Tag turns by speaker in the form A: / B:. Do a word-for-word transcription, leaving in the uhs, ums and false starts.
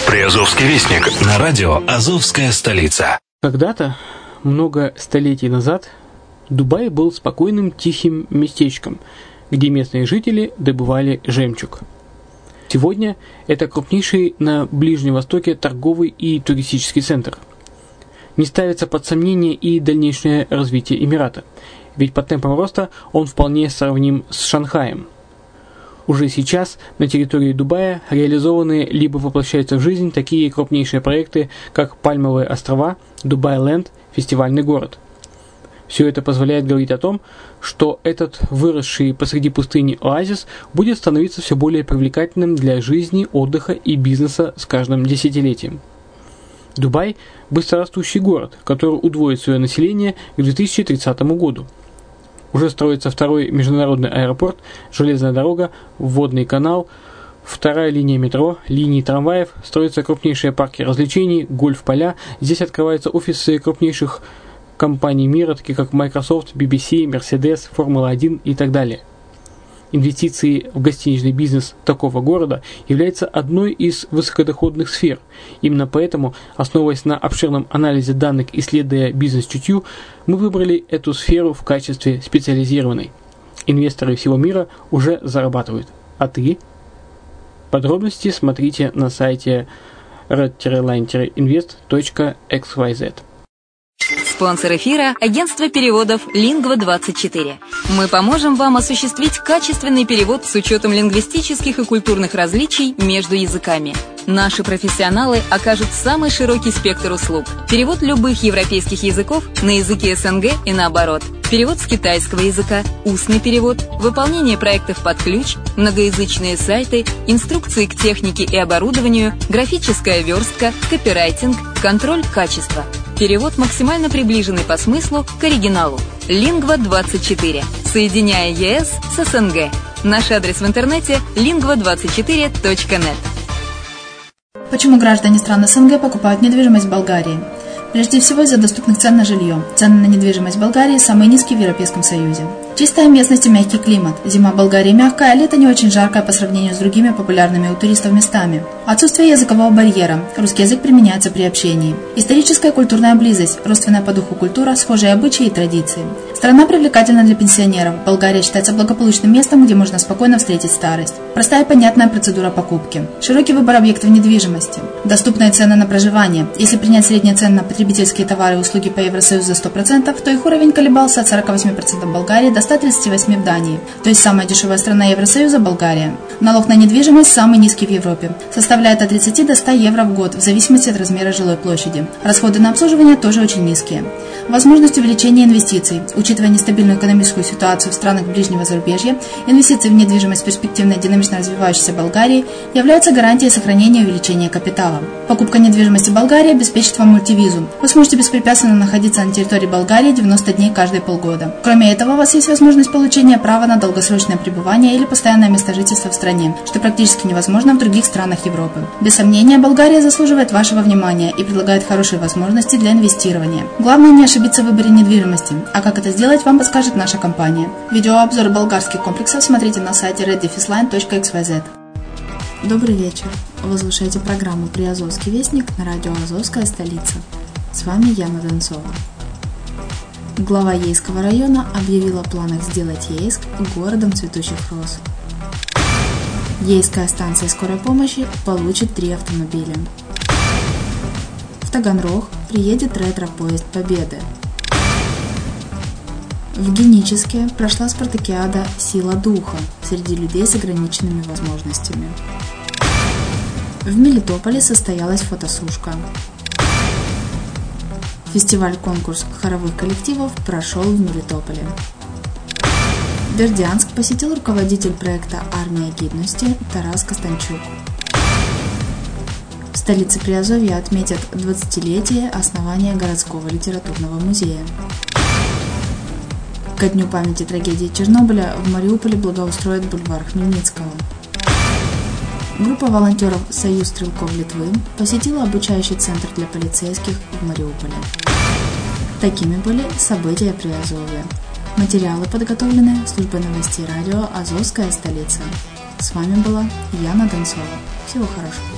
A: Приазовский вестник на радио «Азовская столица».
B: Когда-то, много столетий назад, Дубай был спокойным тихим местечком, где местные жители добывали жемчуг. Сегодня это крупнейший на Ближнем Востоке торговый и туристический центр. Не ставится под сомнение и дальнейшее развитие Эмирата, ведь по темпам роста он вполне сравним с Шанхаем. Уже сейчас на территории Дубая реализованы либо воплощаются в жизнь такие крупнейшие проекты, как Пальмовые острова, Дубай-Ленд, фестивальный город. Все это позволяет говорить о том, что этот выросший посреди пустыни оазис будет становиться все более привлекательным для жизни, отдыха и бизнеса с каждым десятилетием. Дубай – быстрорастущий город, который удвоит свое население к две тысячи тридцатому году. Уже строится второй международный аэропорт, железная дорога, водный канал, вторая линия метро, линии трамваев, строятся крупнейшие парки развлечений, гольф-поля. Здесь открываются офисы крупнейших компаний мира, таких как Microsoft, би би си, Mercedes, Формула один и так далее. Инвестиции в гостиничный бизнес такого города являются одной из высокодоходных сфер. Именно поэтому, основываясь на обширном анализе данных, исследуя бизнес-чутью, мы выбрали эту сферу в качестве специализированной. Инвесторы всего мира уже зарабатывают. А ты? Подробности смотрите на сайте red line invest точка экс уай зет.
C: Спонсор эфира – агентство переводов лингва двадцать четыре. Мы поможем вам осуществить качественный перевод с учетом лингвистических и культурных различий между языками. Наши профессионалы окажут самый широкий спектр услуг. Перевод любых европейских языков на языки эс эн гэ и наоборот. Перевод с китайского языка, устный перевод, выполнение проектов под ключ, многоязычные сайты, инструкции к технике и оборудованию, графическая верстка, копирайтинг, контроль качества. Перевод максимально приближенный по смыслу к оригиналу. лингва двадцать четыре. Соединяя е эс с эс эн гэ. Наш адрес в интернете лингва двадцать четыре точка нет.
D: Почему граждане стран эс эн гэ покупают недвижимость в Болгарии? Прежде всего из-за доступных цен на жилье. Цены на недвижимость в Болгарии самые низкие в Европейском Союзе. Чистая местность и мягкий климат. Зима в Болгарии мягкая, а лето не очень жаркое по сравнению с другими популярными у туристов местами. Отсутствие языкового барьера. Русский язык применяется при общении. Историческая и культурная близость. Родственная по духу культура, схожие обычаи и традиции. Страна привлекательна для пенсионеров. Болгария считается благополучным местом, где можно спокойно встретить старость. Простая и понятная процедура покупки. Широкий выбор объектов недвижимости. Доступные цены на проживание. Если принять средние цены на потребительские товары и услуги по Евросоюзу за сто процентов, то их уровень колебался от сорок восемь процентов в Болгарии до ста тридцати восьми процентов в Дании. То есть самая дешевая страна Евросоюза – Болгария. Налог на недвижимость самый низкий в Европе. Составляет от тридцати до ста евро в год, в зависимости от размера жилой площади. Расходы на обслуживание тоже очень низкие. Возможность увеличения инвестиций. Учитывая нестабильную экономическую ситуацию в странах ближнего зарубежья, инвестиции в недвижимость в перспективной динамично развивающейся Болгарии являются гарантией сохранения и увеличения капитала. Покупка недвижимости в Болгарии обеспечит вам мультивизу. Вы сможете беспрепятственно находиться на территории Болгарии девяносто дней каждые полгода. Кроме этого, у вас есть возможность получения права на долгосрочное пребывание или постоянное место жительства в стране, что практически невозможно в других странах Европы. Без сомнения, Болгария заслуживает вашего внимания и предлагает хорошие возможности для инвестирования. Главное не ошибиться в выборе недвижимости, а как это сделать, вам подскажет наша компания. Видеообзор болгарских комплексов смотрите на сайте red line точка экс уай зет. Добрый вечер. Вы слушаете программу «Приазовский вестник» на радио «Азовская столица». С вами Яна Донцова. Глава Ейского района объявила о планах сделать Ейск городом цветущих роз. Ейская станция скорой помощи получит три автомобиля. В Таганрог приедет ретро-поезд Победы. В Геническе прошла спартакиада «Сила духа» среди людей с ограниченными возможностями. В Мелитополе состоялась фотосушка. Фестиваль-конкурс хоровых коллективов прошел в Мелитополе. Бердянск посетил руководитель проекта «Армия гидности» Тарас Костанчук. В столице Приазовья отметят двадцатилетие основания городского литературного музея. Ко дню памяти трагедии Чернобыля в Мариуполе благоустроят бульвар Хмельницкого. Группа волонтеров «Союз стрелков Литвы» посетила обучающий центр для полицейских в Мариуполе. Такими были события Приазовья. Материалы подготовлены службой новостей радио «Азовская столица». С вами была Яна Донцова. Всего хорошего.